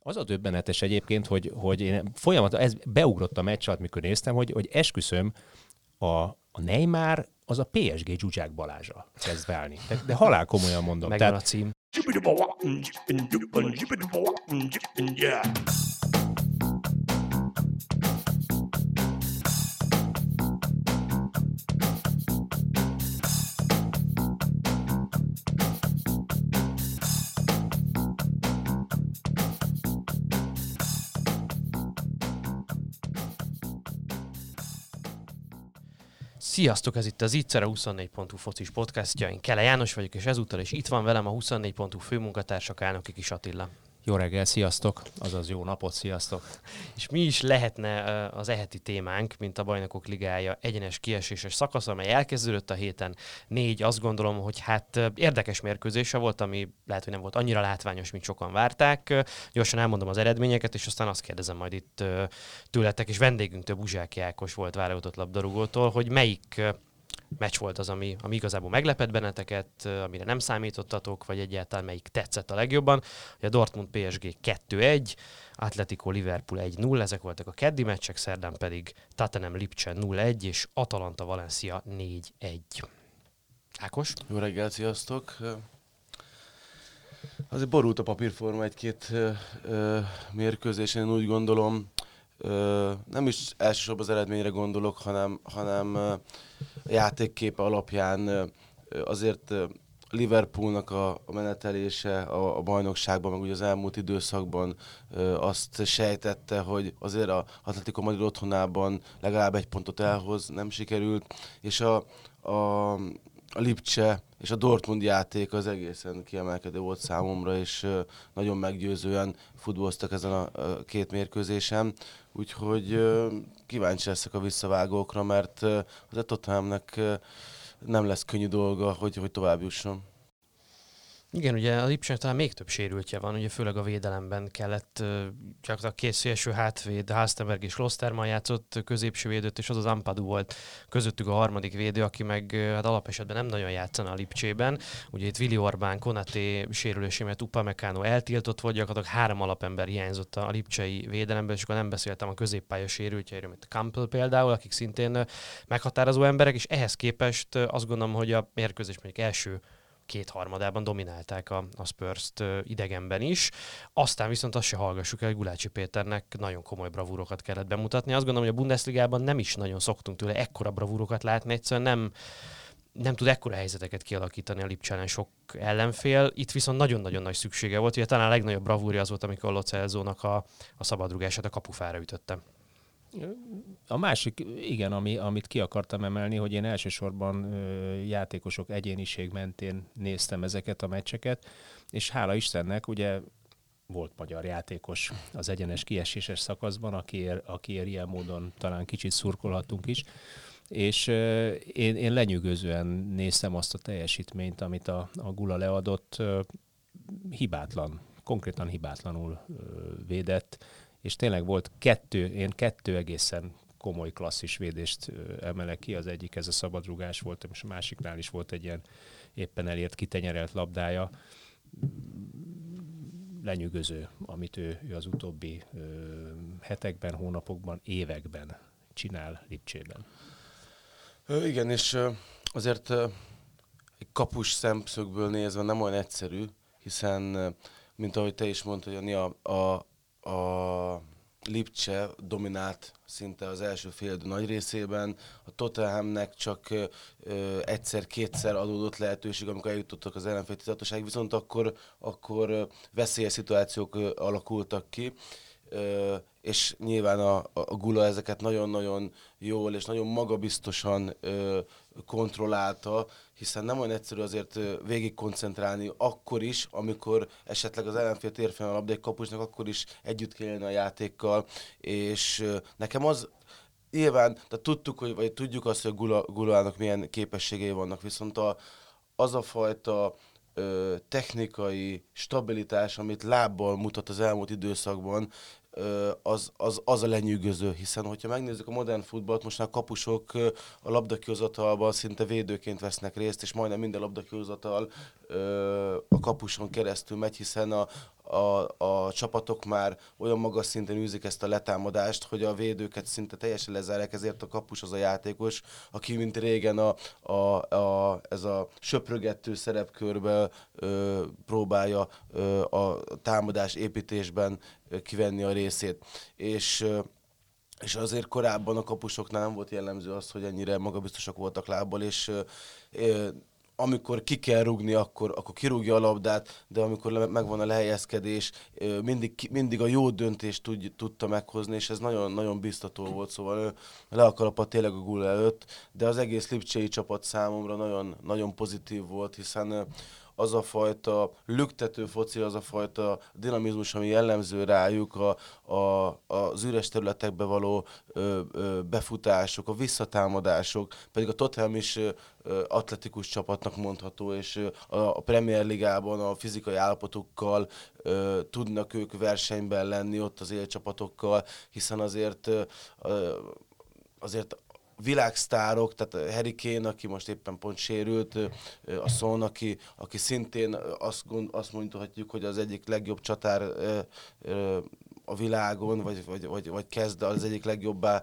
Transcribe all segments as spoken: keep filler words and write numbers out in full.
Az a döbbenetes egyébként, hogy, hogy én folyamatosan ez beugrott a meccs alatt, mikor néztem, hogy, hogy esküszöm, a, a Neymar az a pé es gé Zsuzsák Balázsa kezd válni. De, de halál komolyan mondom. Megvan a cím. Sziasztok, ez itt az Ittszer, a huszonnégy pont hu focis podcastja. Én Kele János vagyok, és ezúttal is itt van velem a huszonnégy pont hu főmunkatársak, Álnoki Kis Attila. Jó reggel, sziasztok! Azaz jó napot, sziasztok! És mi is lehetne az eheti témánk, mint a Bajnokok Ligája egyenes kieséses szakasz, amely elkezdődött a héten. Négy, azt gondolom, hogy hát érdekes mérkőzése volt, ami lehet, hogy nem volt annyira látványos, mint sokan várták. Gyorsan elmondom az eredményeket, és aztán azt kérdezem majd itt tőletek, és vendégünktől, Buzsák Jákos volt válogatott labdarúgótól, hogy melyik meccs volt az, ami, ami igazából meglepett benneteket, amire nem számítottatok, vagy egyáltalán melyik tetszett a legjobban. A Dortmund pé es gé kettő egy, Atletico Liverpool egy null, ezek voltak a keddi meccsek, szerdán pedig Tottenham Lipcse null egy, és Atalanta Valencia négy egy. Ákos? Jó reggel, sziasztok! Azért borult a papírforma egy-két mérkőzésen, én úgy gondolom. Ö, nem is elsősorban az eredményre gondolok, hanem, hanem ö, a játékképe alapján ö, azért ö, Liverpoolnak a, a menetelése a, a bajnokságban, meg ugye az elmúlt időszakban ö, azt sejtette, hogy azért a Atletico Madrid otthonában legalább egy pontot elhoz, nem sikerült, és a, a, a Lipcse és a Dortmund játék az egészen kiemelkedő volt számomra, és ö, nagyon meggyőzően futballoztak ezen a, a két mérkőzésen. Úgyhogy ö, kíváncsi leszek a visszavágókra, mert ö, az Tottenhamnek ö, nem lesz könnyű dolga, hogy, hogy tovább jusson. Igen, ugye a Lipcsének talán még több sérültje van, ugye főleg a védelemben kellett csak a két szélső hátvéd, Halstenberg és Klosterman játszott középső védőt, és az az Ampadu volt közöttük a harmadik védő, aki meg hát alapesetben nem nagyon játszana a Lipcsében. Ugye itt Willi Orbán, Konaté sérülése miatt Upamecano eltiltott volt, gyakorlatilag három alapember hiányzott a lipcsei védelemben, és akkor nem beszéltem a középpálya sérültjeiről, mint Campbell például, akik szintén meghatározó emberek, és ehhez képest azt gondolom, hogy a mérkőzés mondjuk első kétharmadában dominálták a, a Spurs-t idegenben is. Aztán viszont azt se hallgassuk el, hogy Gulácsi Péternek nagyon komoly bravúrokat kellett bemutatni. Azt gondolom, hogy a Bundesligában nem is nagyon szoktunk tőle ekkora bravúrokat látni, egyszerűen nem, nem tud ekkora helyzeteket kialakítani a Lipcsán sok ellenfél. Itt viszont nagyon-nagyon nagy szüksége volt. Ugye talán a legnagyobb bravúrja az volt, amikor a Lo Celso-nak a, a szabadrugását a kapufára ütötte. A másik, igen, ami, amit ki akartam emelni, hogy én elsősorban ö, játékosok egyéniség mentén néztem ezeket a meccseket, és hála Istennek, ugye volt magyar játékos az egyenes kieséses szakaszban, akiért, akiért ilyen módon talán kicsit szurkolhatunk is, és ö, én, én lenyűgözően néztem azt a teljesítményt, amit a, a Gula leadott, ö, hibátlan, konkrétan hibátlanul ö, védett, és tényleg volt kettő, én kettő egészen komoly klasszis védést emelek ki, az egyik ez a szabadrugás volt, és a másiknál is volt egy ilyen éppen elért, kitenyerelt labdája. Lenyűgöző, amit ő, ő az utóbbi ö, hetekben, hónapokban, években csinál Lipcsében. Ö, igen, és ö, azért ö, egy kapus szemszögből nézve nem olyan egyszerű, hiszen, ö, mint ahogy te is mondtad, Jani, a, a a Lipcse dominált szinte az első fél idő nagy részében, a Tottenhamnek csak ö, egyszer-kétszer adódott lehetőség, amikor eljutottak az ellenfél tizedhatóságig, viszont akkor, akkor veszélyes szituációk ö, alakultak ki, ö, és nyilván a, a Gula ezeket nagyon-nagyon jól és nagyon magabiztosan ö, kontrollálta, hiszen nem olyan egyszerű azért végig koncentrálni akkor is, amikor esetleg az ellenfél tér fel a labdai kapusnak, akkor is együtt kell élni a játékkal, és nekem az nyilván, de tudtuk, hogy, vagy tudjuk azt, hogy a Gula, Gulának milyen képességei vannak, viszont a, az a fajta ö, technikai stabilitás, amit lábbal mutat az elmúlt időszakban, Az, az, az a lenyűgöző, hiszen hogyha megnézzük a modern futballt, most már a kapusok a labdakihozatalban szinte védőként vesznek részt, és majdnem minden labdakihozatal a kapuson keresztül megy, hiszen a, a, a csapatok már olyan magas szinten űzik ezt a letámadást, hogy a védőket szinte teljesen lezárják, ezért a kapus az a játékos, aki mint régen a, a, a, ez a söprögető szerepkörben ö, próbálja ö, a támadás építésben ö, kivenni a részét. És ö, És azért korábban a kapusoknál nem volt jellemző az, hogy ennyire magabiztosak voltak lábbal, és ö, ö, amikor ki kell rúgni, akkor, akkor kirúgja a labdát, de amikor le, megvan a lehelyezkedés, ö, mindig, mindig a jó döntést tud, tudta meghozni, és ez nagyon, nagyon biztató volt, szóval ő le a kalapat tényleg a gól előtt, de az egész lipcsei csapat számomra nagyon, nagyon pozitív volt, hiszen ö, az a fajta lüktető foci, az a fajta dinamizmus, ami jellemző rájuk, a, a, az üres területekbe való ö, ö, befutások, a visszatámadások, pedig a Tottenham is ö, ö, atletikus csapatnak mondható, és ö, a, a Premier Ligában a fizikai állapotukkal ö, tudnak ők versenyben lenni ott az élcsapatokkal, hiszen azért ö, ö, azért világsztárok, tehát Harry Kane, aki most éppen pont sérült, a Son, aki, aki szintén azt, gond, azt mondhatjuk, hogy az egyik legjobb csatár a világon, vagy, vagy, vagy, vagy kezd az egyik legjobbá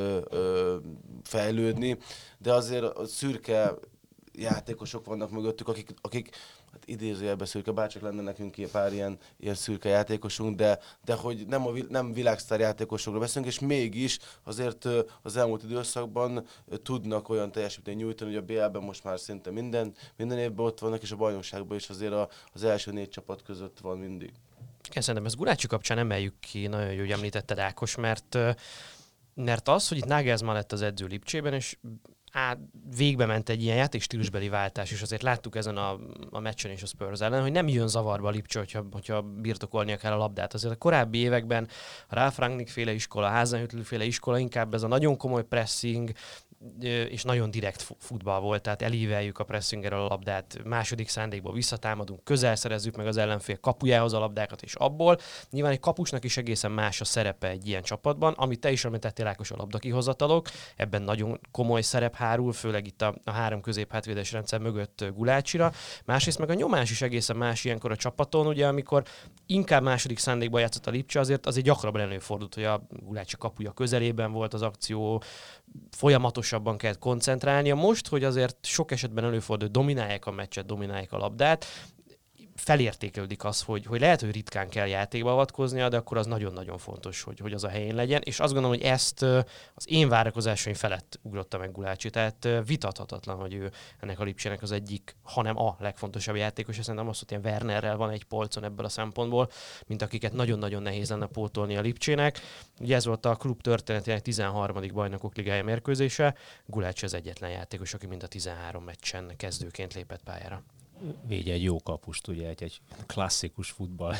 fejlődni, de azért a szürke játékosok vannak mögöttük, akik, akik hát idézőjelben szürke, bárcsak lenne nekünk pár ilyen, ilyen szürke játékosunk, de, de hogy nem, a, nem világsztár játékosokról beszélünk, és mégis azért az elmúlt időszakban tudnak olyan teljesítményt nyújtani, hogy a bé el-ben most már szinte minden, minden évben ott vannak, és a bajnokságban is azért a, az első négy csapat között van mindig. Igen, szerintem ezt Gulácsi kapcsán emeljük ki, nagyon jó, hogy említetted, Ákos, mert, mert az, hogy itt Nagelsmann lett az edző Lipcsében, és Á, végbe ment egy ilyen játékstílusbeli váltás, és azért láttuk ezen a, a meccsen és a Spurs ellen, hogy nem jön zavarba a Lipcső, hogyha, hogyha birtokolnia kell a labdát. Azért a korábbi években a Ralf Rangnick féle iskola, Hasenhüttl féle iskola inkább ez a nagyon komoly pressing, és nagyon direkt futball volt, tehát elíveljük a pressingerrel a labdát, második szándékból visszatámadunk, közel szerezzük meg az ellenfél kapujához a labdákat, és abból. Nyilván egy kapusnak is egészen más a szerepe egy ilyen csapatban, amit te is említettél, Ákos, a labdakihozatalok, ebben nagyon komoly szerep hárul, főleg itt a, a három középhátvédes rendszer mögött Gulácsira. Másrészt meg a nyomás is egészen más ilyenkor a csapaton, ugye amikor inkább második szándékban játszott a Lipcse, azért azért gyakrabban előfordult, hogy a Gulácsi kapuja közelében volt az akció, folyamatosabban kell koncentrálnia. Most, hogy azért sok esetben előfordul, dominálják a meccset, dominálják a labdát, felértékelődik az, hogy, hogy lehet, hogy ritkán kell játékba avatkoznia, de akkor az nagyon-nagyon fontos, hogy, hogy az a helyén legyen, és azt gondolom, hogy ezt az én várakozásaim felett ugrotta meg Gulácsi, tehát vitathatatlan, hogy ő ennek a Lipcsének az egyik, hanem a legfontosabb játékos, és szerintem azt, hogy ilyen Wernerrel van egy polcon ebből a szempontból, mint akiket nagyon-nagyon nehéz lenne pótolni a Lipcsének. Ugye ez volt a klub történetének tizenharmadik bajnokok ligája mérkőzése, Gulácsi az egyetlen játékos, aki mind a tizenhárom meccsen kezdőként lépett pályára. Védj egy jó kapust, ugye egy, egy klasszikus futball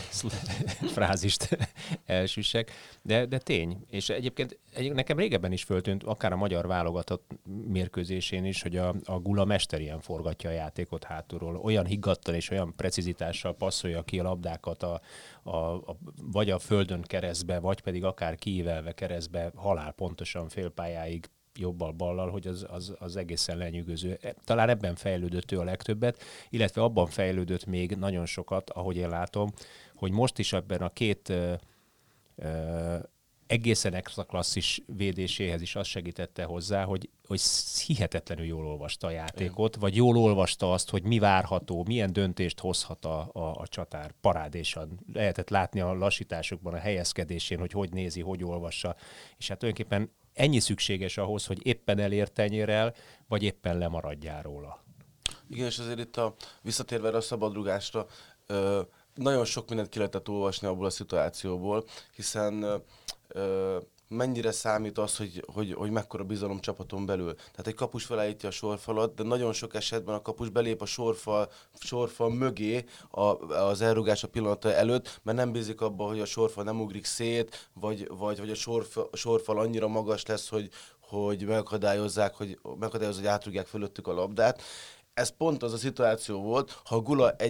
frázist elsüssek, de, de tény. És egyébként egy, nekem régebben is föltűnt, akár a magyar válogatott mérkőzésén is, hogy a, a Gula mesterien forgatja a játékot hátulról. Olyan higgadtan és olyan precizitással passzolja ki a labdákat a, a, a, vagy a földön keresztbe, vagy pedig akár kiívelve keresztbe halál pontosan félpályáig jobbal-ballal, hogy az, az, az egészen lenyűgöző. Talán ebben fejlődött ő a legtöbbet, illetve abban fejlődött még nagyon sokat, ahogy én látom, hogy most is ebben a két ö, ö, egészen extra klasszis védéséhez is az segítette hozzá, hogy, hogy hihetetlenül jól olvasta a játékot, vagy jól olvasta azt, hogy mi várható, milyen döntést hozhat a, a, a csatár parádésan. Lehetett látni a lassításokban, a helyezkedésén, hogy hogy nézi, hogy olvassa, és hát tulajdonképpen ennyi szükséges ahhoz, hogy éppen elértenyér el, vagy éppen lemaradjál róla. Igen, és azért itt a visszatérve a szabadrugásra, ö, nagyon sok mindent ki lehetett olvasni abból a szituációból, hiszen ö, ö, mennyire számít az, hogy, hogy, hogy mekkora bizalom csapaton belül. Tehát egy kapus felállítja a sorfalat, de nagyon sok esetben a kapus belép a sorfal, sorfal mögé a, az elrugás a pillanata előtt, mert nem bízik abban, hogy a sorfal nem ugrik szét, vagy, vagy, vagy a, sorfal, a sorfal annyira magas lesz, hogy, hogy megakadályozzák, hogy, megakadályozzák, hogy átrugják fölöttük a labdát. Ez pont az a szituáció volt, ha Gula egy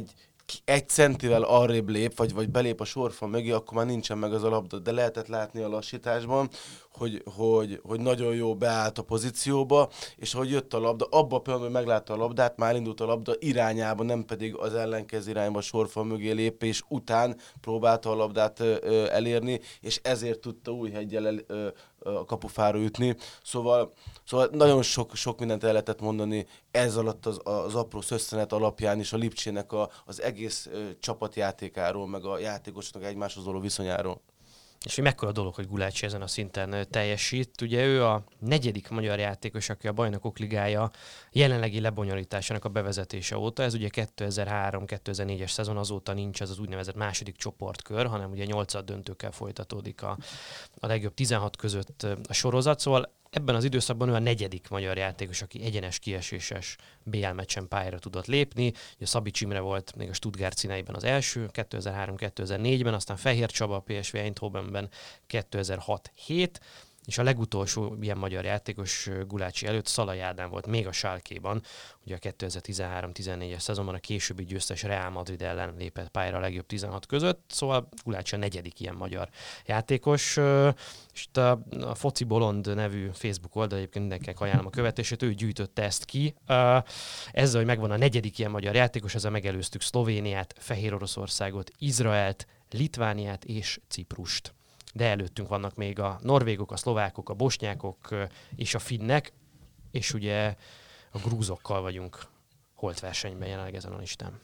egy centivel arrébb lép, vagy, vagy belép a sorfal mögé, akkor már nincsen meg az a labda. De lehetett látni a lassításban, hogy, hogy, hogy nagyon jó beállt a pozícióba, és ahogy jött a labda, abban a pillanatban, hogy meglátta a labdát, már indult a labda irányába, nem pedig az ellenkező irányba a sorfal mögé lépés után próbálta a labdát ö, ö, elérni, és ezért tudta új heggyel el, ö, a kapufára ütni. Szóval, szóval nagyon sok, sok mindent el lehetett mondani ez alatt az, az apró szösszenet alapján is a Lipcsének a, az egész ö, csapatjátékáról, meg a játékosoknak egymáshoz való viszonyáról. És hogy mekkora dolog, hogy Gulácsi ezen a szinten teljesít. Ugye ő a negyedik magyar játékos, aki a Bajnokok Ligája jelenlegi lebonyolításának a bevezetése óta. Ez ugye kétezer-három kétezer-négyes szezon, azóta nincs ez az úgynevezett második csoportkör, hanem ugye nyolcad döntőkkel folytatódik a, a legjobb tizenhat között a sorozat. Szóval ebben az időszakban ő a negyedik magyar játékos, aki egyenes kieséses bé el meccsen pályára tudott lépni. Ugye Szabics Imre volt még a Stuttgart színeiben az első, kétezer-három kétezer-négyben, aztán Fehér Csaba a pé es vé Eindhovenben kétezer-hat-hét, és a legutolsó ilyen magyar játékos Gulácsi előtt Szalai Ádám volt még a Schalkéban, ugye a kétezer-tizenhárom tizennégyes szezonban a későbbi győztes Real Madrid ellen lépett pályára a legjobb tizenhat között, szóval Gulácsi a negyedik ilyen magyar játékos, és itt a, a Foci Bolond nevű Facebook oldal, egyébként mindenkinek ajánlom a követését, ő gyűjtötte ezt ki. Ezzel, hogy megvan a negyedik ilyen magyar játékos, ezzel megelőztük Szlovéniát, Fehér Oroszországot, Izraelt, Litvániát és Ciprust. De előttünk vannak még a norvégok, a szlovákok, a bosnyákok és a finnek, és ugye a grúzokkal vagyunk holtversenyben jelenleg ezen a listán.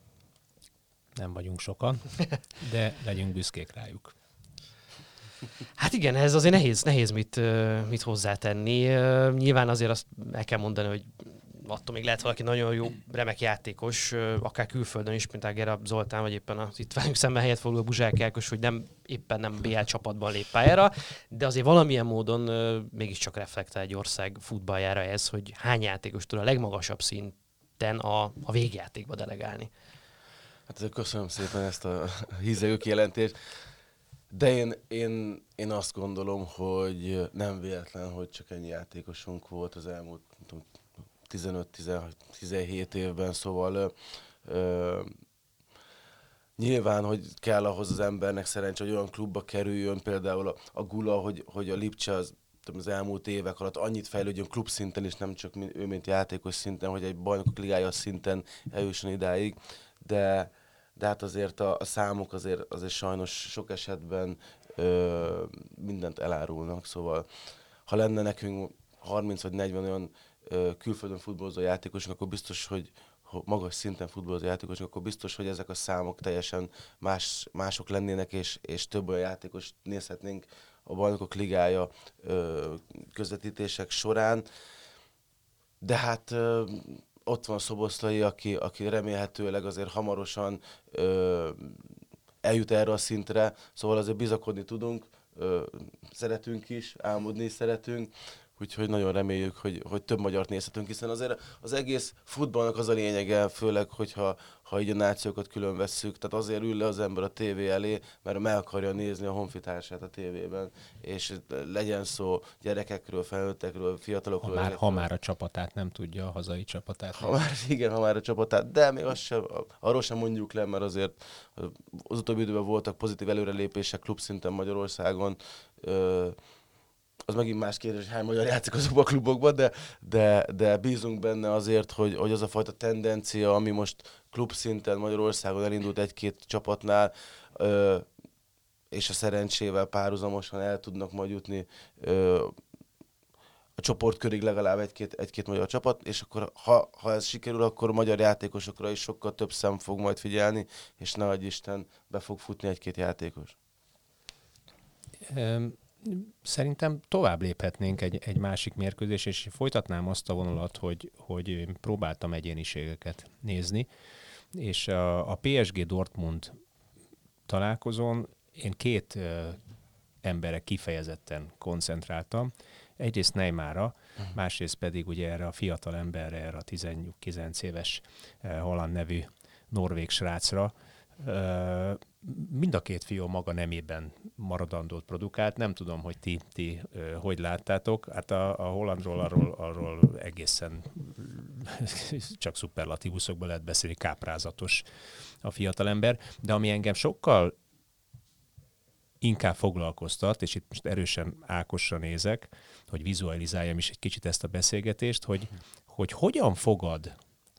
Nem vagyunk sokan, de legyünk büszkék rájuk. Hát igen, ez azért nehéz, nehéz mit, mit hozzátenni. Nyilván azért azt el kell mondani, hogy attól még lehet valaki nagyon jó, remek játékos, akár külföldön is, mint a Gera Zoltán, vagy éppen az itt velünk szemben helyet foglaló Buzsák Ákos, hogy nem éppen nem bé el csapatban lép pályára, de azért valamilyen módon mégiscsak reflektál egy ország futballjára ez, hogy hány játékos tud a legmagasabb szinten a, a végjátékba delegálni. Hát köszönöm szépen ezt a hízelő kijelentést. De én, én, én azt gondolom, hogy nem véletlen, hogy csak ennyi játékosunk volt az elmúlt tizenöt-tizenhét évben, szóval ö, ö, nyilván, hogy kell ahhoz az embernek szerencsé, hogy olyan klubba kerüljön, például a, a Gula, hogy, hogy a Lipcse az, az elmúlt évek alatt annyit fejlődjön klubszinten is, nem csak ő, mint játékos szinten, hogy egy Bajnokok Ligája szinten eljusson idáig, de, de hát azért a, a számok azért, azért sajnos sok esetben ö, mindent elárulnak, szóval ha lenne nekünk harminc vagy negyven olyan külföldön futballozó játékosok, akkor biztos, hogy magas szinten futballozó játékosok, akkor biztos, hogy ezek a számok teljesen más, mások lennének, és, és több olyan játékos nézhetnénk a Bajnokok Ligája ö, közvetítések során. De hát ö, ott van Szoboszlai, aki, aki remélhetőleg azért hamarosan ö, eljut erre a szintre, szóval azért bizakodni tudunk, ö, szeretünk is, álmodni is szeretünk, úgyhogy nagyon reméljük, hogy, hogy több magyart nézhetünk, hiszen azért az egész futballnak az a lényege, főleg, hogyha ha így a nációkat külön vesszük, tehát azért ül le az ember a tévé elé, mert meg akarja nézni a honfitársát a tévében, és legyen szó gyerekekről, felnőttekről, fiatalokról. Ha már, ha már a csapatát nem tudja, a hazai csapatát. Ha már, igen, ha már a csapatát, de még azt sem, arról sem mondjuk le, mert azért az utóbbi időben voltak pozitív előrelépések klubszinten Magyarországon, az megint más kérdés, hogy hány magyar játszik azokban a klubokban, de, de, de bízunk benne azért, hogy, hogy az a fajta tendencia, ami most klubszinten Magyarországon elindult egy-két csapatnál, ö, és a szerencsével párhuzamosan el tudnak majd jutni ö, a csoportkörig legalább egy-két, egy-két magyar csapat, és akkor ha, ha ez sikerül, akkor a magyar játékosokra is sokkal több szem fog majd figyelni, és ne adj Isten, be fog futni egy-két játékos. Um. Szerintem tovább léphetnénk egy, egy másik mérkőzés, és folytatnám azt a vonalat, hogy, hogy próbáltam egyéniségeket nézni, és a, a pé es gé Dortmund találkozón én két uh, emberre kifejezetten koncentráltam. Egyrészt Neymarra, másrészt pedig ugye erre a fiatal emberre, erre a tizenkilenc éves uh, holland nevű norvég srácra. Uh, mind a két fiú maga nemében maradandót produkált. Nem tudom, hogy ti, ti uh, hogy láttátok. Hát a, a hollandról arról, arról egészen csak szuperlatívuszokban lehet beszélni, káprázatos a fiatalember, de ami engem sokkal inkább foglalkoztat, és itt most erősen Ákosra nézek, hogy vizualizáljam is egy kicsit ezt a beszélgetést, hogy, hogy hogyan fogad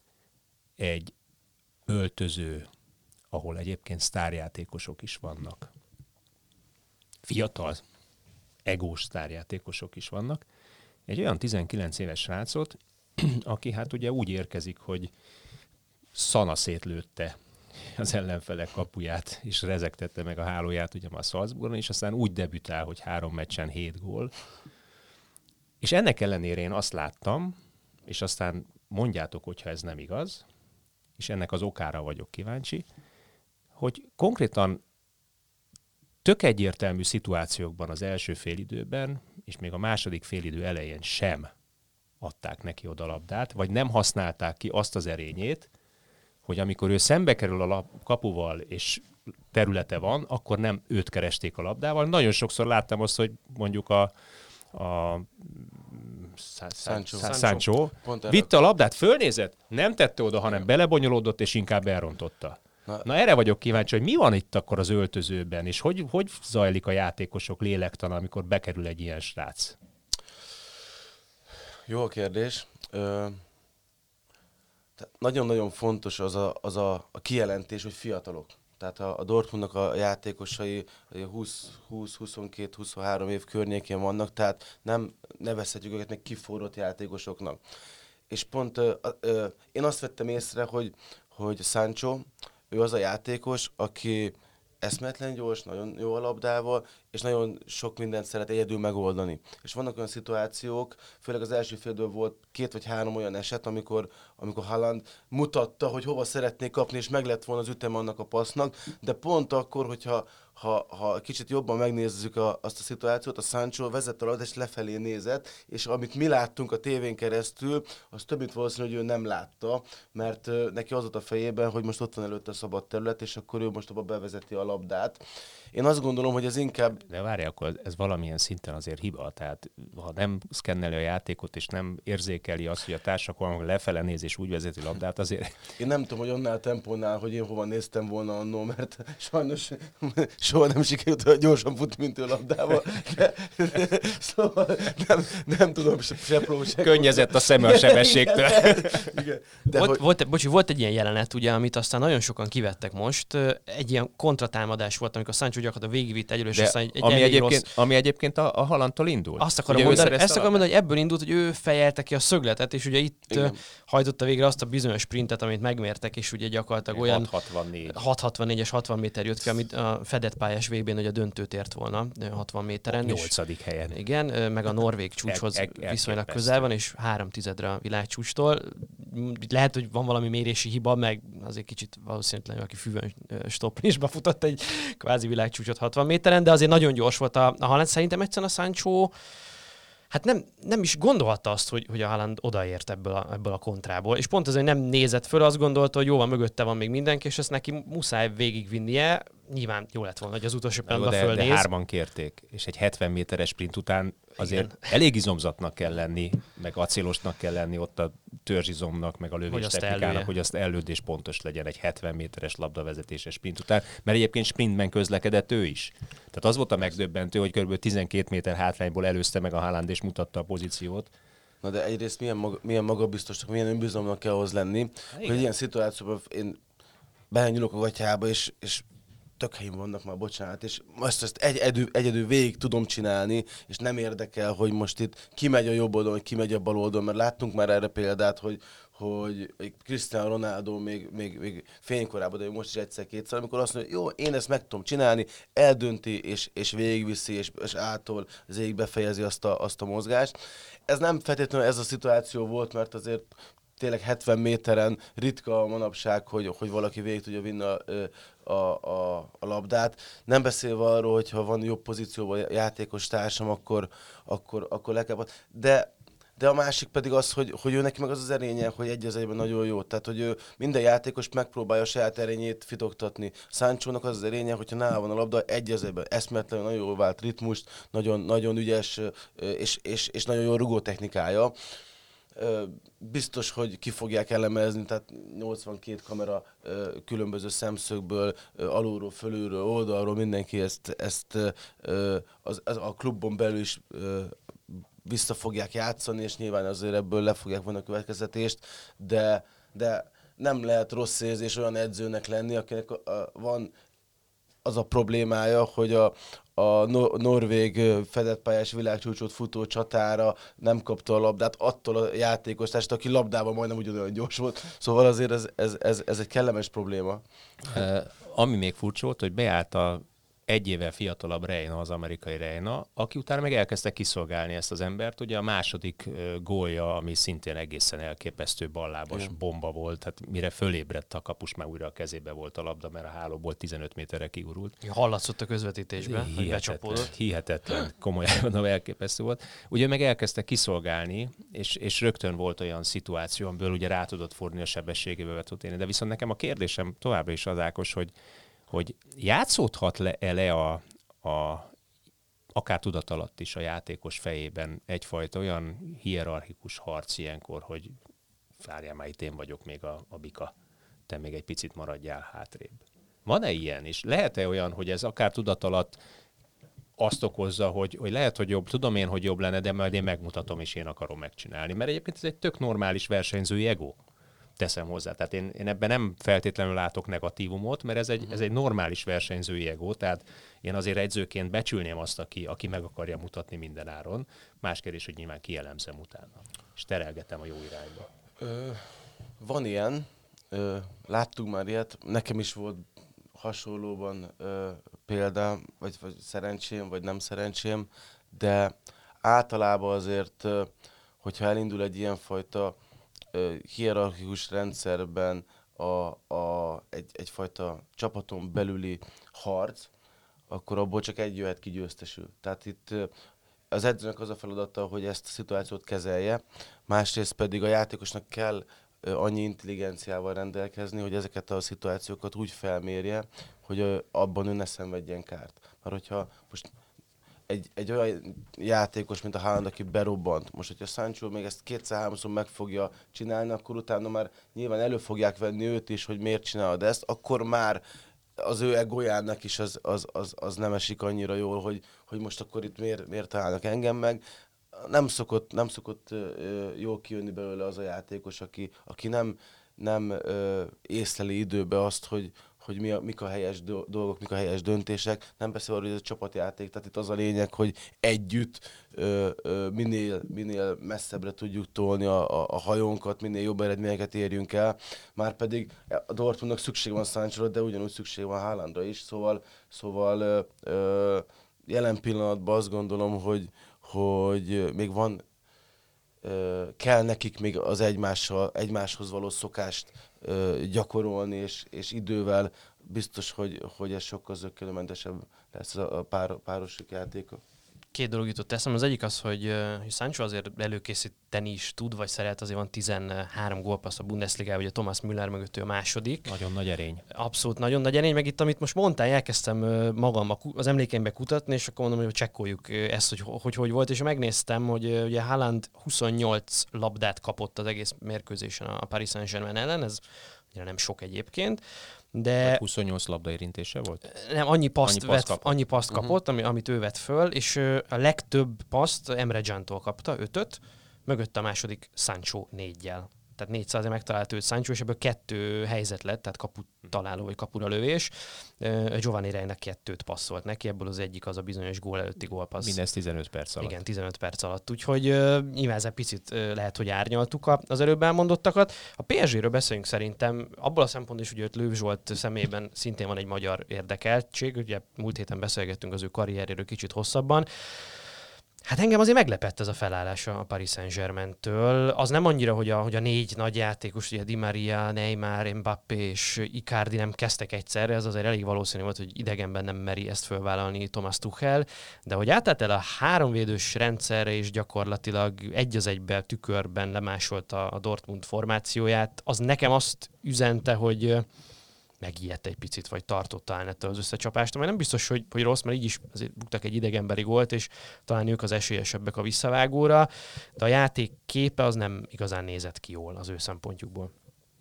egy öltöző, ahol egyébként sztárjátékosok is vannak, fiatal, egós sztárjátékosok is vannak, egy olyan tizenkilenc éves srácot, aki hát ugye úgy érkezik, hogy szana szétlőtte az ellenfelek kapuját, és rezegtette meg a hálóját ugye már Salzburgon, és aztán úgy debütál, hogy három meccsen hét gól. És ennek ellenére én azt láttam, és aztán mondjátok, hogyha ez nem igaz, és ennek az okára vagyok kíváncsi, hogy konkrétan tök egyértelmű szituációkban az első félidőben, és még a második félidő elején sem adták neki oda labdát, vagy nem használták ki azt az erényét, hogy amikor ő szembe kerül a lap, kapuval, és területe van, akkor nem őt keresték a labdával. Nagyon sokszor láttam azt, hogy mondjuk a, a Sancho, Sancho vitte a labdát, fölnézett, nem tette oda, hanem belebonyolódott, és inkább elrontotta. Na, Na erre vagyok kíváncsi, hogy mi van itt akkor az öltözőben, és hogy, hogy zajlik a játékosok lélektana, amikor bekerül egy ilyen srác? Jó a kérdés. Ö, nagyon-nagyon fontos az a, az a, a kijelentés, hogy fiatalok. Tehát a, a Dortmundnak a játékosai húsz-húsz-huszonkettő-huszonhárom év környékén vannak, tehát nem nevezhetjük őket még kiforrott játékosoknak. És pont ö, ö, én azt vettem észre, hogy, hogy Sancho, ő az a játékos, aki eszméletlen gyors, nagyon jó a labdával, és nagyon sok mindent szeret egyedül megoldani. És vannak olyan szituációk, főleg az első félből volt két vagy három olyan eset, amikor, amikor Haaland mutatta, hogy hova szeretné kapni, és meg lett volna az ütem annak a passznak, de pont akkor, hogyha ha, ha kicsit jobban megnézzük a, azt a szituációt, a Sancho vezette a labdát, és lefelé nézett, és amit mi láttunk a tévén keresztül, az több mint valószínű, hogy ő nem látta, mert uh, neki az volt a fejében, hogy most ott van előtte a szabad terület, és akkor ő most abba bevezeti a labdát. Én azt gondolom, hogy ez inkább... De várj, akkor ez valamilyen szinten azért hiba. Tehát ha nem szkenneli a játékot, és nem érzékeli azt, hogy a társak valami lefele néz, és úgy vezeti labdát, azért... Én nem tudom, hogy annál tempónál, hogy én hova néztem volna annó, mert sajnos soha nem sikerült olyan gyorsan futni, mint ő labdával. Szóval nem, nem tudom se pró, se könnyezett a szeme a sebességtől. Igen. De volt, hogy... volt, bocsi, volt egy ilyen jelenet, ugye, amit aztán nagyon sokan kivettek most. Egy ilyen kontratámadás volt, amikor Sancho gyakorlatilag végigvitt egyről, és aztán egy, egy ami, egyébként, rossz... ami egyébként a, a Haalandtól indult. Azt akarom mondani, ezt akarom mondani, hogy ebből indult, hogy ő fejelte ki a szögletet, és ugye itt igen. hajtotta végre azt a bizonyos sprintet, amit megmértek, és ugye gyakorlatilag olyan hat hatvannégyes hatvan méter jött ki, amit a fedett pályás végén ugye a döntőt ért volna hatvan méteren. nyolcadik helyen. Igen, meg a norvég csúcshoz e, e, viszonylag közel van, és három tizedre a világcsúcstól. Lehet, hogy van valami mérési hiba, meg azért kicsit valószínűleg, aki füvön stopplisba futott egy kvázi világcsúcsot hatvan méteren, de azért nagyon gyors volt a, a Haaland. Szerintem egyszerűen a Sancho hát nem, nem is gondolhatta azt, hogy, hogy a Haaland odaért ebből a, ebből a kontrából. És pont azért nem nézett föl, azt gondolta, hogy jó van, mögötte van még mindenki, és ezt neki muszáj végigvinnie. Nyilván jó lett volna, hogy az utolsó pillanatban fölnéz. De hárman kérték, és egy hetven méteres sprint után azért igen. elég izomzatnak kell lenni, meg acélosnak kell lenni ott a törzsizomnak, meg a lövés technikának, hogy azt ellőd és pontos legyen egy hetven méteres labdavezetéses sprint után, mert egyébként sprintben közlekedett ő is. Tehát az volt a megdöbbentő, hogy kb. tizenkét méter hátrányból előzte meg a Haaland és mutatta a pozíciót. Na de egyrészt milyen, maga, milyen magabiztosnak, milyen önbizalomnak kell ahhoz lenni, igen. hogy ilyen szituációban én belenyúlok a gatyába, és, és tök helyén vannak már, bocsánat, és most ezt egy, egyedül, egyedül végig tudom csinálni, és nem érdekel, hogy most itt ki megy a jobb oldalon, vagy ki megy a bal oldalon, mert láttunk már erre példát, hogy, hogy Cristiano Ronaldo még, még, még fénykorában, de most is egyszer-kétszer, amikor azt mondja, jó, én ezt meg tudom csinálni, eldönti, és, és végigviszi, és, és által az égig befejezi azt a, azt a mozgást. Ez nem feltétlenül ez a szituáció volt, mert azért tényleg hetven méteren ritka a manapság, hogy, hogy valaki végig tudja vinni a, a, a, a labdát. Nem beszélve arról, hogy ha van jobb pozícióban játékos társam, akkor, akkor, akkor le kell. De, de a másik pedig az, hogy, hogy ő neki meg az az erénye, hogy egy az egyben nagyon jó. Tehát, hogy ő minden játékos megpróbálja a saját erényét fitoktatni. Sanchónak az az erénye, hogyha nála van a labda, egy az egyben eszméletlenül nagyon jól vált ritmust, nagyon, nagyon ügyes és, és, és nagyon jó rugó technikája. biztos, hogy ki fogják elemezni, tehát nyolcvankét kamera különböző szemszögből, alulról, fölülről, oldalról mindenki ezt, ezt az, az a klubon belül is vissza fogják játszani, és nyilván azért ebből le fogják vonni a következtetést, de, de nem lehet rossz érzés olyan edzőnek lenni, akinek van az a problémája, hogy a, a norvég fedett pályás világcsúcsot futó csatára nem kapta a labdát attól a játékostárstól, aki labdában majdnem ugyanolyan gyors volt. Szóval azért ez, ez, ez, ez egy kellemes probléma. Uh, ami még furcsa volt, hogy beállt a egy évvel fiatalabb Reina, az amerikai Reina, aki utána meg elkezdte kiszolgálni ezt az embert. Ugye a második uh, gólja, ami szintén egészen elképesztő ballábas Igen. bomba volt, tehát mire fölébredt a kapus, már újra a kezébe volt a labda, mert a hálóból tizenöt méterre kigurult. Hallatszott a közvetítésben, hogy becsapódott. Hihetetlen, komolyan mondom, elképesztő volt. Ugye meg elkezdte kiszolgálni, és, és rögtön volt olyan szituáció, amiből ugye rá tudott fordulni a sebességével vetődni. De viszont nekem a kérdésem továbbra is az, Ákos, hogy hogy játszódhat le, le a, a, akár tudat alatt is a játékos fejében egyfajta olyan hierarchikus harc ilyenkor, hogy várjál már, itt én vagyok még a, a bika, te még egy picit maradjál hátrébb. Van-e ilyen? És lehet-e olyan, hogy ez akár tudat alatt azt okozza, hogy, hogy lehet, hogy jobb, tudom én, hogy jobb lenne, de majd én megmutatom, és én akarom megcsinálni. Mert egyébként ez egy tök normális versenyzői ego. Teszem hozzá. Tehát én, én ebben nem feltétlenül látok negatívumot, mert ez egy, ez egy normális versenyzői ego, tehát én azért edzőként becsülném azt, aki, aki meg akarja mutatni minden áron. Más kérdés, hogy nyilván kielemzem utána. És terelgetem a jó irányba. Ö, van ilyen. Ö, láttunk már ilyet. Nekem is volt hasonlóban ö, példa, vagy, vagy szerencsém, vagy nem szerencsém, de általában azért, ö, hogyha elindul egy ilyenfajta hierarchikus rendszerben a, a, egy, egyfajta csapaton belüli harc, akkor abból csak egy jöhet ki győztesül. Tehát itt az edzőnek az a feladata, hogy ezt a szituációt kezelje, másrészt pedig a játékosnak kell annyi intelligenciával rendelkezni, hogy ezeket a szituációkat úgy felmérje, hogy abban ő ne szenvedjen kárt. Mert hogyha most Egy, egy olyan játékos, mint a Haaland, aki berobbant. Most, hogyha Sancho még ezt kétszer-háromszor meg fogja csinálni, akkor utána már nyilván elő fogják venni őt is, hogy miért csinálod ezt, akkor már az ő egójának is az, az, az, az nem esik annyira jól, hogy, hogy most akkor itt miért, miért találnak engem meg. Nem szokott, nem szokott ö, jól kijönni belőle az a játékos, aki, aki nem, nem ö, észleli időbe azt, hogy, hogy mi a, mik a helyes dolgok, mik a helyes döntések. Nem beszélve, hogy ez a csapatjáték, tehát itt az a lényeg, hogy együtt ö, ö, minél, minél messzebbre tudjuk tolni a, a, a hajónkat, minél jobb eredményeket érjünk el. Márpedig a Dortmundnak szükség van Sanchóra, de ugyanúgy szükség van Haalandra is, szóval, szóval ö, ö, jelen pillanatban azt gondolom, hogy, hogy még van, ö, kell nekik még az egymással, egymáshoz való szokást ö, gyakorolni, és, és idővel biztos, hogy, hogy ez sokkal zökkenőmentesebb lesz a pár, párosik játéka. Két dolog jutott eszembe. Az egyik az, hogy, hogy Sancho azért előkészíteni is tud, vagy szeret, azért van tizenhárom gólpassz a Bundesligában, ugye Thomas Müller mögött ő a második. Nagyon nagy erény. Abszolút nagyon nagy erény, meg itt, amit most mondtál, elkezdtem magam az emlékeimbe kutatni, és akkor mondom, hogy csekkoljuk ezt, hogy hogy, hogy volt, és megnéztem, hogy ugye Haaland huszonnyolc labdát kapott az egész mérkőzésen a Paris Saint-Germain ellen, ez ugye nem sok egyébként, de huszonnyolc labda érintése volt? Nem, annyi paszt, annyi paszt vett, kapott, annyi paszt kapott uh-huh. ami, amit ő vett föl, és a legtöbb paszt Emre Can-tól kapta, ötöt, mögött a második Sancho négyjel. Tehát négyszáz megtalált őt Sancho, és ebből kettő helyzet lett, tehát kaput találó vagy kapura lövés. Giovanni Reynek kettőt passzolt neki, ebből az egyik az a bizonyos gól előtti gólpassz. Mindez tizenöt perc alatt. Igen, tizenöt perc alatt. Úgyhogy uh, nyilván ezzel picit uh, lehet, hogy árnyaltuk a, az előbb elmondottakat. A pé es géről beszélünk szerintem, abból a szempontból is, hogy őt Löw Zsolt személyében szintén van egy magyar érdekeltség. Ugye múlt héten beszélgettünk az ő karrierjéről kicsit hosszabban. Hát engem azért meglepett ez a felállás a Paris Saint-Germain-től. Az nem annyira, hogy a, hogy a négy nagy játékos, ugye Di Maria, Neymar, Mbappé és Icardi nem kezdtek egyszerre, ez azért elég valószínű volt, hogy idegenben nem meri ezt fölvállalni Thomas Tuchel, de hogy átállt el a háromvédős rendszerre és gyakorlatilag egy az egybe tükörben lemásolta a Dortmund formációját, az nekem azt üzente, hogy megijedt egy picit, vagy tartotta el ettől az összecsapást, amely nem biztos, hogy, hogy rossz, mert így is azért buktak egy idegenbeli gólt, és talán ők az esélyesebbek a visszavágóra, de a játék képe az nem igazán nézett ki jól az ő szempontjukból.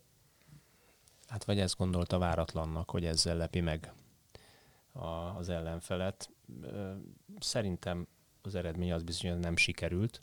Hát vagy ezt gondolta váratlannak, hogy ezzel lepi meg a, az ellenfelet. Szerintem az eredmény az bizony nem sikerült.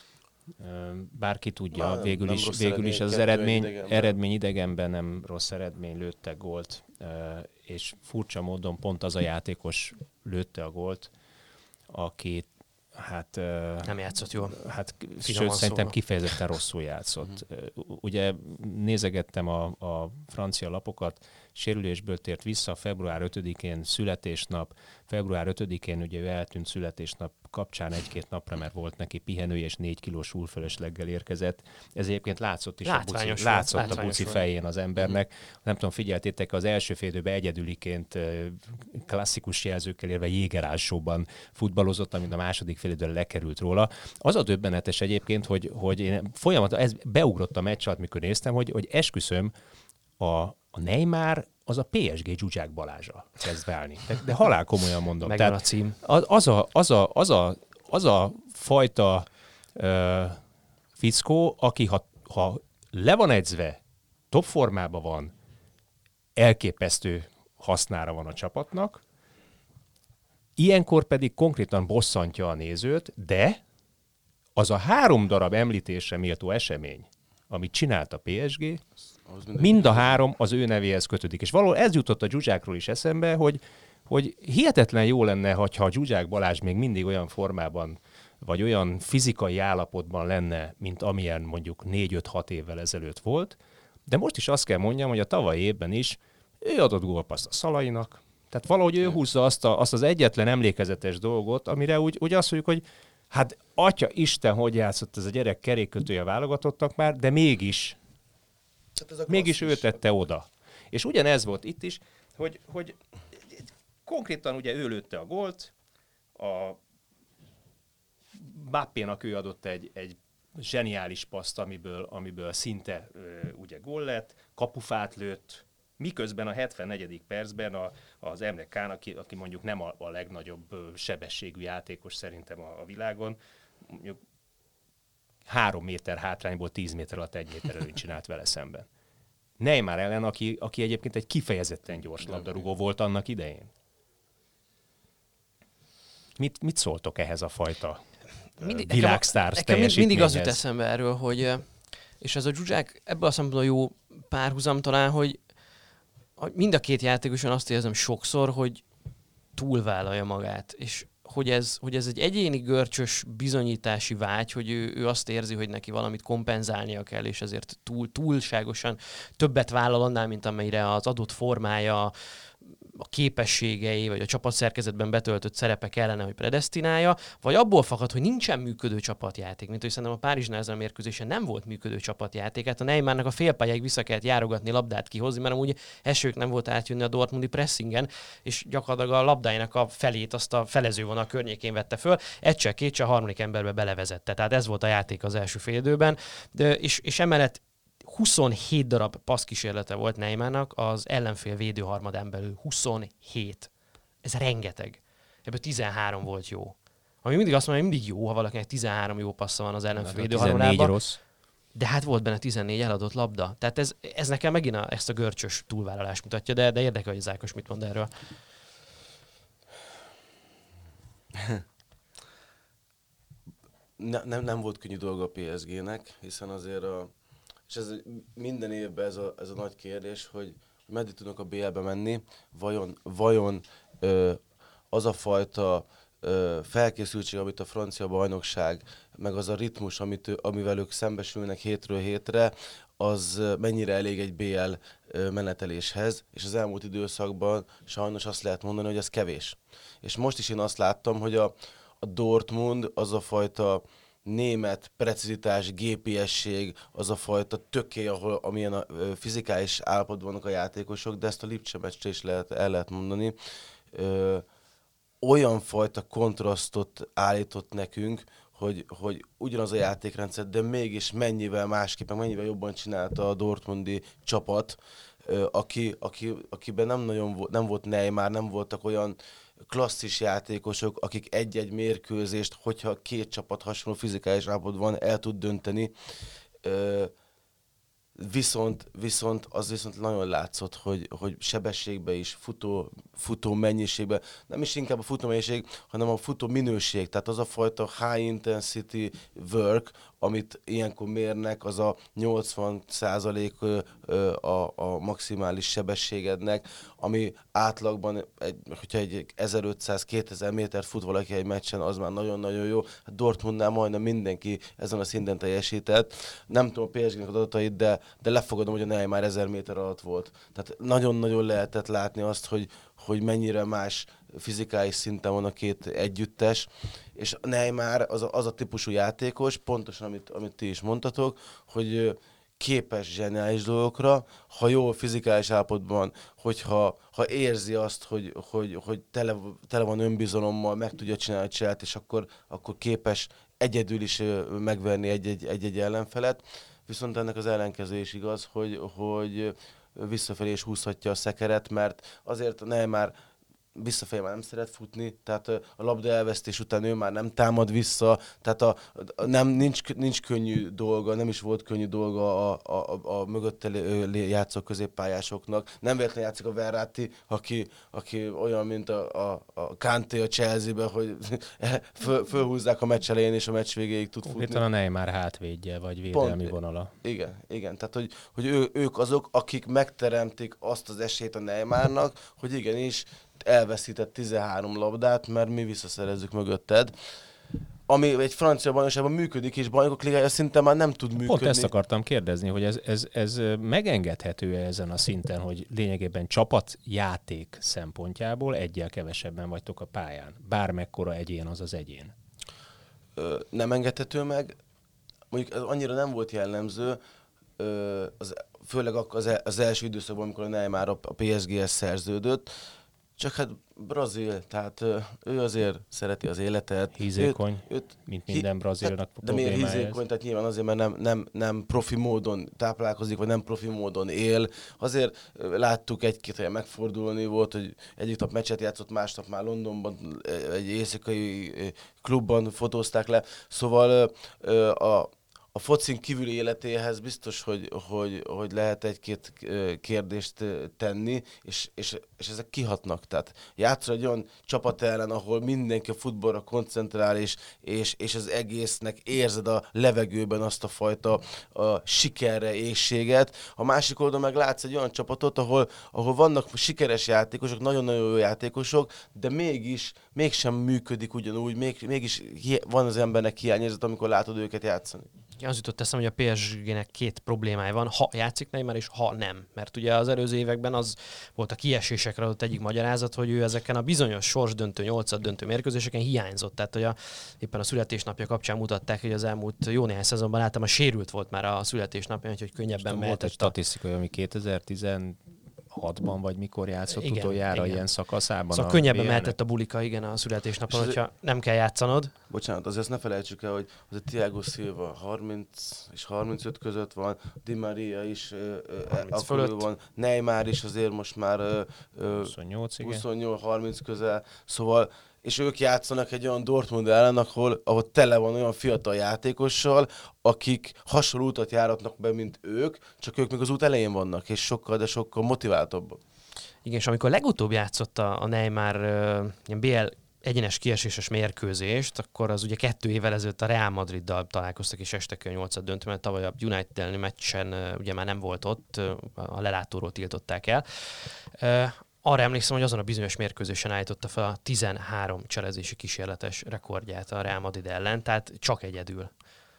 Bárki tudja, Na, nem, végül nem is, végül is az eredmény idegenben. eredmény idegenben nem rossz eredmény, lőttek gólt, és furcsa módon pont az a játékos lőtte a gólt, aki hát... Nem játszott jól. Hát, sőt, Finoman szerintem szólva. kifejezetten rosszul játszott. Ugye nézegettem a, a francia lapokat, sérülésből tért vissza, február ötödikén születésnap, február ötödikén ugye ő eltűnt születésnap kapcsán egy-két napra, mert volt neki pihenője, és négy kilós úrfölösleggel érkezett. Ez egyébként látszott is Látványos a volt, buci, látszott a látványos buci volt. fején az embernek. Nem tudom, figyeltétek, az első fél időben egyedüliként ö, klasszikus jelzőkkel érve jégerálsóban futballozott, amit a második fél időben lekerült róla. Az a döbbenetes egyébként, hogy, hogy én folyamatosan, ez beugrott a meccs alatt, mikor néztem, hogy, hogy esküszöm, a, a Neymar az a pé es gé Zsuzsák Balázsa kezd válni. De, de halál komolyan mondom. Megvan Tehát a cím. az, az, a, az, a, az, a, az a fajta ö, fickó, aki ha, ha le van edzve, top formában van, elképesztő hasznára van a csapatnak, ilyenkor pedig konkrétan bosszantja a nézőt, de az a három darab említésre méltó esemény, amit csinált a pé es gé, mind a három az ő nevéhez kötődik. És valahol ez jutott a Zsuzsákról is eszembe, hogy, hogy hihetetlen jó lenne, ha a Zsuzsák Balázs még mindig olyan formában, vagy olyan fizikai állapotban lenne, mint amilyen mondjuk négy-öt-hat évvel ezelőtt volt. De most is azt kell mondjam, hogy a tavalyi évben is ő adott gólpaszt a Szalainak. Tehát valahogy ő húzza azt, a, azt az egyetlen emlékezetes dolgot, amire úgy, úgy azt mondjuk, hogy hát atya Isten, hogy játszott ez a gyerek kerékkötője válogatottak már, de mégis Hát Mégis ő tette oda. És ugyanez volt itt is, hogy, hogy konkrétan ugye ő lőtte a gólt, a Mbappénak ő adott egy, egy zseniális paszt, amiből, amiből szinte ö, ugye gól lett, kapufát lőtt, miközben a hetvennegyedik percben a, az Emre Can, aki, aki mondjuk nem a, a legnagyobb ö, sebességű játékos szerintem a, a világon, mondjuk három méter hátrányból tíz méter alatt egy méter előnyt csinált vele szemben. Neymar ellen, aki, aki egyébként egy kifejezetten gyors labdarúgó volt annak idején. Mit, mit szóltok ehhez a fajta mindig, világsztár nekem, nekem mindig az jut teljesítményhez? eszembe erről, hogy és ez a Zsuzsák ebből a szempontból jó párhuzam talán, hogy hogy mind a két játékoson azt érzem sokszor, hogy túlvállalja magát, és hogy ez, hogy ez egy egyéni görcsös bizonyítási vágy, hogy ő, ő azt érzi, hogy neki valamit kompenzálnia kell, és ezért túl, túlságosan többet vállal annál, mint amelyre az adott formája, a képességei, vagy a csapatszerkezetben betöltött szerepe kellene, hogy predesztinálja, vagy abból fakad, hogy nincsen működő csapatjáték, mint hogy szerintem a Párizsnál ezen a mérkőzésen nem volt működő csapatjáték. Hát a Neymarnak a félpályáig vissza kellett járogatni, labdát kihozni, mert amúgy esők nem volt átjönni a dortmundi pressingen, és gyakorlatilag a labdáinak a felét azt a felezővonal környékén vette föl, egyszer kétszer a harmadik emberbe belevezette. Tehát ez volt a játék az első félidőben, de, és, és emellett huszonhét darab passzkísérlete volt Neymarnak az ellenfél védőharmadán belül. huszonhét. Ez rengeteg. Ebből tizenhárom volt jó. Ami mindig azt mondja, hogy mindig jó, ha valakinek tizenhárom jó passza van az ellenfél védőharmadában. rossz. De hát volt benne tizennégy eladott labda. Tehát ez, ez nekem megint a, ezt a görcsös túlvállalást mutatja, de, de érdekel, hogy Zákos mit mond erről. Ne, nem, nem volt könnyű dolga a pé es gének, hiszen azért a és ez minden évben ez a, ez a nagy kérdés, hogy meddig tudnak a bé el-be menni, vajon, vajon ö, az a fajta ö, felkészültség, amit a francia bajnokság, meg az a ritmus, amit ő, amivel ők szembesülnek hétről hétre, az mennyire elég egy bé el meneteléshez, és az elmúlt időszakban sajnos azt lehet mondani, hogy ez kevés. És most is én azt láttam, hogy a, a Dortmund az a fajta német precizitás, gépiesség, az a fajta tökély, ahol amilyen a fizikális állapotban vannak a játékosok, de ezt a Lipcse meccsre is lehet, el lehet mondani. Ö, olyan fajta kontrasztot állított nekünk, hogy, hogy ugyanaz a játékrendszer, de mégis mennyivel másképpen, mennyivel jobban csinálta a dortmundi csapat. aki, aki, akiben nem nagyon volt, nem volt Neymar, nem voltak olyan klasszis játékosok, akik egy-egy mérkőzést, hogyha két csapat hasonló fizikális állapotban van, el tud dönteni. Viszont, viszont az viszont nagyon látszott, hogy, hogy sebességben is, futó, futó mennyiségben, nem is inkább a futó mennyiség, hanem a futó minőség, tehát az a fajta high intensity work, amit ilyenkor mérnek, az a nyolcvan százalék a, a maximális sebességednek, ami átlagban, egy, hogyha egy ezerötszáz-kétezer méter fut valaki egy meccsen, az már nagyon-nagyon jó. Hát Dortmundnál majdnem mindenki ezen a szinten teljesített. Nem tudom a pé es gének adatait, de, de lefogadom, hogy a Neymar ezer méter alatt volt. Tehát nagyon-nagyon lehetett látni azt, hogy, hogy mennyire más fizikális szinten van a két együttes, és Neymar az a, az a típusú játékos, pontosan amit, amit ti is mondtatok, hogy képes zseniális dolgokra, ha jó fizikális állapotban, hogyha ha érzi azt, hogy, hogy, hogy tele, tele van önbizalommal, meg tudja csinálni a csinált, és akkor, akkor képes egyedül is megverni egy-egy, egy-egy ellenfelet. Viszont ennek az ellenkező is igaz, hogy, hogy visszafelé is húzhatja a szekeret, mert azért Neymar visszafelé már nem szeret futni, tehát a labda elvesztés után ő már nem támad vissza, tehát a, a, nem, nincs, nincs könnyű dolga, nem is volt könnyű dolga a, a, a, a mögötte játszó középpályásoknak. Nem véletlenül játszik a Verratti, aki, aki olyan, mint a, a, a Kanté a Chelsea-ben, hogy föl, fölhúzzák a meccs elején, és a meccs végéig tud futni. Konkrétan a Neymar hátvédje, vagy védelmi Pont, vonala. Igen, igen. Tehát, hogy, hogy ő, ők azok, akik megteremtik azt az esélyt a Neymarnak, hogy igenis elveszített tizenhárom labdát, mert mi visszaszerezzük mögötted. Ami egy francia bajnokságban működik, és bajnokok ligája szinte már nem tud működni. Pont ezt akartam kérdezni, hogy ez, ez, ez megengedhető-e ezen a szinten, hogy lényegében csapatjáték szempontjából egyel kevesebben vagytok a pályán. Bármekkora egyén az az egyén. Ö, nem engedhető meg. Mondjuk ez annyira nem volt jellemző, ö, az, főleg az, az első időszakban, amikor a Neymar a pé es géhez szerződött. Csak hát brazil, tehát ő azért szereti az életet. Hízékony, őt, őt, mint minden brazilnak hát, problémája. De miért hízékony? Tehát nyilván azért, mert nem, nem, nem profi módon táplálkozik, vagy nem profi módon él. Azért láttuk egy-két helyen megfordulni, volt, hogy egyik nap meccset játszott, másnap már Londonban, egy éjszakai klubban fotózták le. Szóval a A focin kívüli életéhez biztos, hogy, hogy, hogy lehet egy-két kérdést tenni, és, és, és ezek kihatnak. Tehát játszol egy olyan csapat ellen, ahol mindenki a futballra koncentrál, és, és, és az egésznek érzed a levegőben azt a fajta a sikerre éhséget. A másik oldalon meg látsz egy olyan csapatot, ahol, ahol vannak sikeres játékosok, nagyon-nagyon jó játékosok, de mégis, mégsem működik ugyanúgy, még, mégis van az embernek hiányérzet, amikor látod őket játszani. Az jutott eszem, hogy a pé es gének két problémája van, ha játszik Neymar, és ha nem. Mert ugye az előző években az volt a kiesésekre adott egyik magyarázat, hogy ő ezeken a bizonyos sorsdöntő, nyolcad döntő mérkőzéseken hiányzott. Tehát, hogy a, éppen a születésnapja kapcsán mutatták, hogy az elmúlt jó néhány szezonban láttam, a sérült volt már a születésnapja, úgyhogy könnyebben mehetett. Volt egy statisztikai, ami kétezer-tizenhatban vagy mikor játszott igen, utoljára igen. ilyen szakaszában. Szóval könnyebben mehetett a bulika, igen, a születésnapon, hogyha nem kell játszanod. Bocsánat, azért ne felejtsük el, hogy az a Thiago Silva harminc és harmincöt között van, Di Maria is akkor van, Neymar is azért most már huszonnyolc, huszonnyolc harminc közel, szóval és ők játszanak egy olyan Dortmund ellen, ahol, ahol tele van olyan fiatal játékossal, akik hasonló utat járatnak be, mint ők, csak ők még az út elején vannak, és sokkal, de sokkal motiváltabbak. Igen, és amikor legutóbb játszott a, a Neymar uh, ilyen bé el egyenes kieséses mérkőzést, akkor az ugye kettő évvel ezelőtt a Real Madriddal találkoztak, és estek a nyolcad döntő, mert tavaly a United elleni meccsen uh, ugye már nem volt ott, uh, a lelátóról tiltották el. Uh, Arra emlékszem, hogy azon a bizonyos mérkőzésen állította fel a tizenhárom cselezési kísérletes rekordját a Real Madrid ellen, tehát csak egyedül.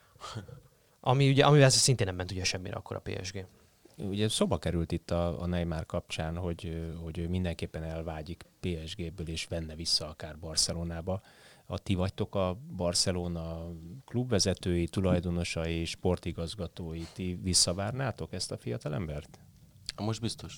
Ami ugye, amivel szintén nem ment ugye semmire akkor a pé es gé. Ugye szóba került itt a, a Neymar kapcsán, hogy, hogy ő mindenképpen elvágyik pé es géből és venne vissza akár Barcelonába. A ti vagytok a Barcelona klubvezetői, tulajdonosai, sportigazgatói, ti visszavárnátok ezt a fiatalembert? Most biztos.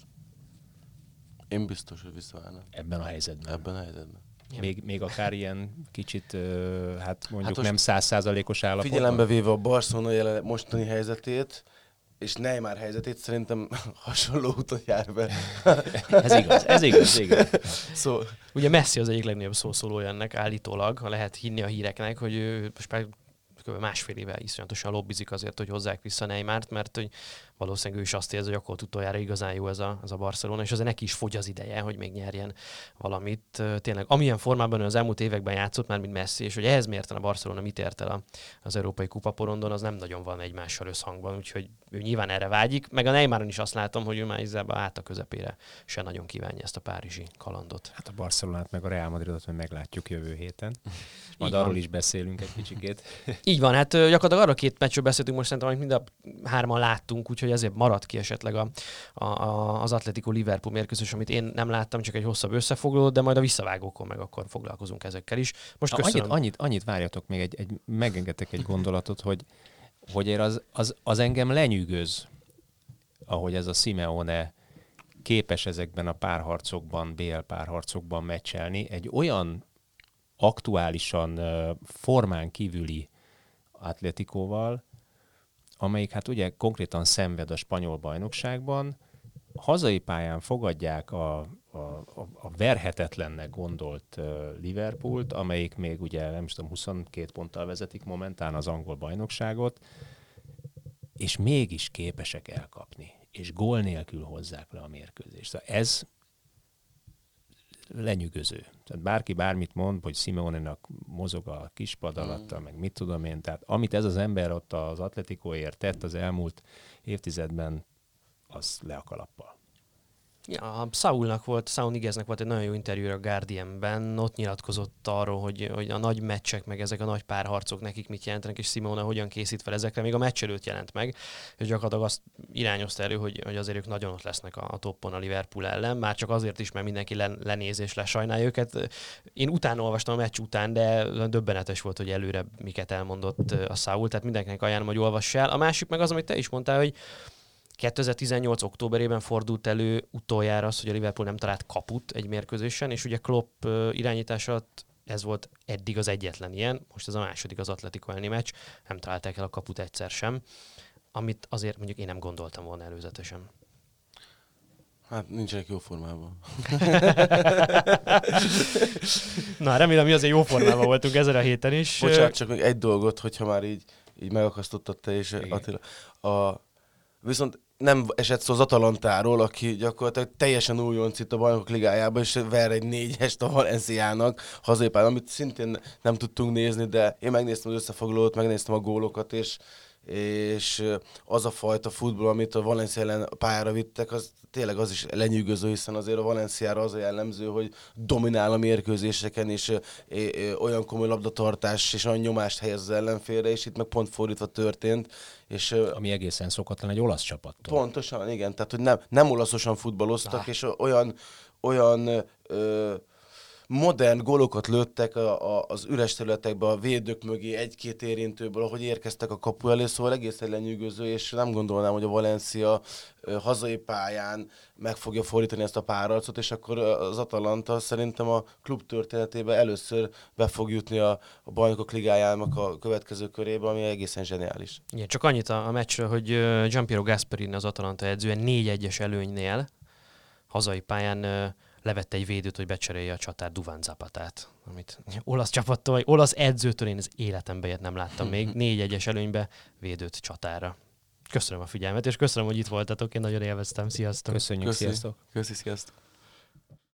Én biztos, hogy visszavárnám. Ebben a helyzetben? Ebben a helyzetben. Még, még akár ilyen kicsit, hát mondjuk hát nem száz százalékos állapotban? Figyelembe véve a Barcelona jelen mostani helyzetét, és Neymar helyzetét szerintem hasonló úton jár be. Ez igaz, ez igaz, igaz. Szóval... Ugye Messi az egyik legnagyobb szószólója ennek állítólag, ha lehet hinni a híreknek, hogy ő most már kb. másfél éve iszonyatosan lobbizik azért, hogy hozzák vissza Neymart, mert hogy valószínűleg ő is azt érzi, hogy akkor utoljára igazán jó ez a, ez a Barcelona, és azért neki is fogy az ideje, hogy még nyerjen valamit. Tényleg, amilyen formában ő az elmúlt években játszott már, mint Messi, és hogy ehhez mérten a Barcelona mit ért el a, az európai kupaporondon, az nem nagyon van egymással összhangban, úgyhogy ő nyilván erre vágyik, meg a Neymaron is azt látom, hogy ő már igazából át a közepére se nagyon kívánja ezt a párizsi kalandot. Hát a Barcelonát meg a Real Madridot majd meglátjuk jövő héten. Majd Így arról van. is beszélünk egy kicsikét. Így van, hát gyakorlatilag arra két meccsről beszéltünk most szerintem, amit mind a hárman láttunk, úgyhogy ezért maradt ki esetleg a, a, a, az Atletico Liverpool mérkőzés, amit én nem láttam, csak egy hosszabb összefoglaló, de majd a visszavágókon meg akkor foglalkozunk ezekkel is. Most köszönöm. Annyit, annyit, annyit várjatok még, egy, egy, megengedtek egy gondolatot, hogy, hogy az, az, az engem lenyűgöz, ahogy ez a Simeone képes ezekben a párharcokban, bé el párharcokban meccselni, egy olyan aktuálisan formán kívüli Atletikóval, amelyik hát ugye konkrétan szenved a spanyol bajnokságban, hazai pályán fogadják a, a, a verhetetlennek gondolt Liverpoolt, amelyik még ugye nem tudom, huszonkét ponttal vezetik momentán az angol bajnokságot, és mégis képesek elkapni, és gól nélkül hozzák le a mérkőzést. Szóval ez lenyűgöző. Tehát bárki bármit mond, hogy Simeone-nak mozog a kispad alatta, meg mit tudom én, tehát amit ez az ember ott az Atletikóért tett az elmúlt évtizedben, az le a kalappal. Ja, Saulnak volt, Saul Nigueznek volt egy nagyon jó interjú a Guardianben, ott nyilatkozott arról, hogy, hogy a nagy meccsek, meg ezek a nagy párharcok nekik mit jelentenek, és Simeone hogyan készít fel ezekre, még a meccs előtt jelent meg, és gyakorlatilag azt irányozta elő, hogy, hogy azért ők nagyon ott lesznek a, a toppon a Liverpool ellen, már csak azért is, mert mindenki len, lenéz és lesajnálja őket. Én utána olvastam a meccs után, de döbbenetes volt, hogy előre miket elmondott a Saul, tehát mindenkinek ajánlom, hogy olvass el. A másik meg az, amit te is mondtál, hogy kétezer-tizennyolc októberében fordult elő utoljára az, hogy a Liverpool nem talált kaput egy mérkőzésen, és ugye Klopp irányítása alatt ez volt eddig az egyetlen ilyen, most ez a második az Atletico elleni meccs, nem találták el a kaput egyszer sem, amit azért mondjuk én nem gondoltam volna előzetesen. Hát nincsenek jó formában. Na, remélem, mi azért jó formában voltunk ezen a héten is. Bocsánat, csak még egy dolgot, hogyha már így, így megakasztottad te és Attila. A, viszont nem esett szó az Atalantáról, aki gyakorlatilag teljesen újonc itt a Bajnokok Ligájában, és ver egy négyest a Valenciának hazépán, amit szintén nem tudtunk nézni, de én megnéztem az összefoglalót, megnéztem a gólokat, és, és az a fajta futball, amit a Valencia ellen pályára vittek, az tényleg az is lenyűgöző, hiszen azért a Valenciára az a jellemző, hogy dominál a mérkőzéseken, és ö, ö, olyan komoly labdatartás, és olyan nyomást helyez az ellenfélre, és itt meg pont fordítva történt. És, ami egészen szokatlan egy olasz csapattól. Pontosan, igen. Tehát, hogy nem, nem olaszosan futballoztak, ah. és olyan, olyan ö, modern gólokat lőttek a, a, az üres területekbe, a védők mögé, egy-két érintőből, ahogy érkeztek a kapu elé, szóval egészen lenyűgöző, és nem gondolnám, hogy a Valencia ö, hazai pályán meg fogja fordítani ezt a párharcot, és akkor az Atalanta szerintem a klub történetében először be fog jutni a, a Bajnokok Ligájának a következő körébe, ami egészen zseniális. Igen, csak annyit a, a meccsről, hogy Gianpiero Gasperini, az Atalanta edzője négy egyes előnynél hazai pályán levette egy védőt, hogy becserélje a csatár Duvan Zapatát, amit olasz csapattól, vagy olasz edzőtől én az életemben ilyet nem láttam még. Négy egyes előnybe védőt csatára. Köszönöm a figyelmet, és köszönöm, hogy itt voltatok, én nagyon élveztem. Sziasztok! Köszönjük, Köszi. sziasztok! Köszi, sziasztok!